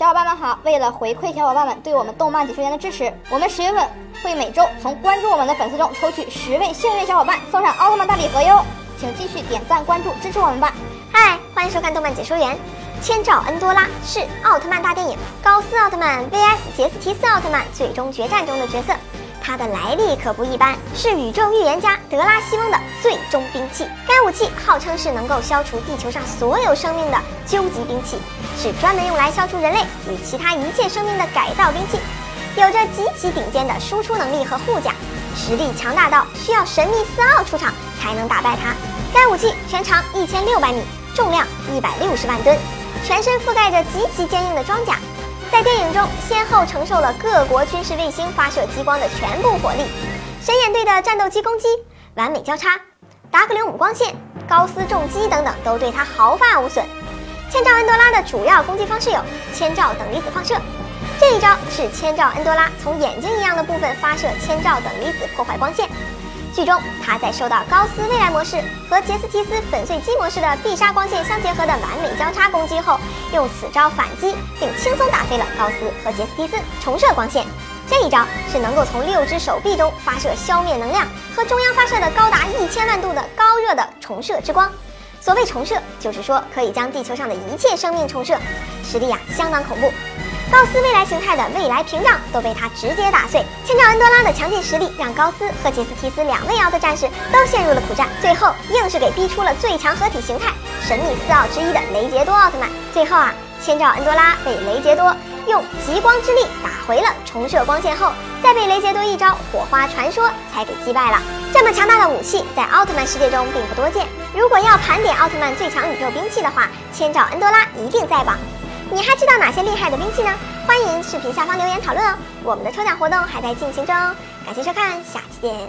小伙伴们好！为了回馈小伙伴们对我们动漫解说员的支持，我们10月份会每周从关注我们的粉丝中抽取10位幸运小伙伴，送上奥特曼大礼盒哟！请继续点赞关注支持我们吧！ 嗨，欢迎收看动漫解说员。千兆恩多拉是奥特曼大电影高斯奥特曼 vs 杰斯提斯奥特曼最终决战中的角色。他的来历可不一般，是宇宙预言家德拉西翁的最终兵器。该武器号称是能够消除地球上所有生命的究极兵器，是专门用来消除人类与其他一切生命的改造兵器，有着极其顶尖的输出能力和护甲，实力强大到需要神秘斯奥出场才能打败他。该武器全长1600米，重量160万吨，全身覆盖着极其坚硬的装甲。在电影中，先后承受了各国军事卫星发射激光的全部火力，神眼队的战斗机攻击、完美交叉、达克流姆光线、高斯重击等等都对他毫发无损。千兆恩多拉的主要攻击方式有千兆等离子放射，这一招是千兆恩多拉从眼睛一样的部分发射千兆等离子破坏光线。剧中，他在受到高斯未来模式和杰斯提斯粉碎机模式的必杀光线相结合的完美交叉攻击后，用此招反击，并轻松打飞了高斯和杰斯提斯。重射光线这一招是能够从6只手臂中发射消灭能量和中央发射的高达1000万度的高热的重射之光。所谓重射，就是说可以将地球上的一切生命重射，实力相当恐怖。高斯未来形态的未来屏障都被他直接打碎。千兆恩多拉的强劲实力让高斯和杰斯提斯2位奥特战士都陷入了苦战，最后硬是给逼出了最强合体形态神秘4奥之一的雷杰多奥特曼。最后千兆恩多拉被雷杰多用极光之力打回了重射光线后，再被雷杰多一招火花传说才给击败了。这么强大的武器在奥特曼世界中并不多见，如果要盘点奥特曼最强宇宙兵器的话，千兆恩多拉一定在榜。你还知道哪些厉害的兵器呢？欢迎视频下方留言讨论哦！我们的抽奖活动还在进行中哦，感谢收看，下期见。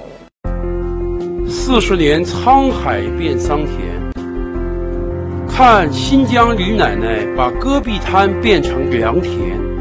40年沧海变桑田，看新疆李奶奶把戈壁滩变成良田。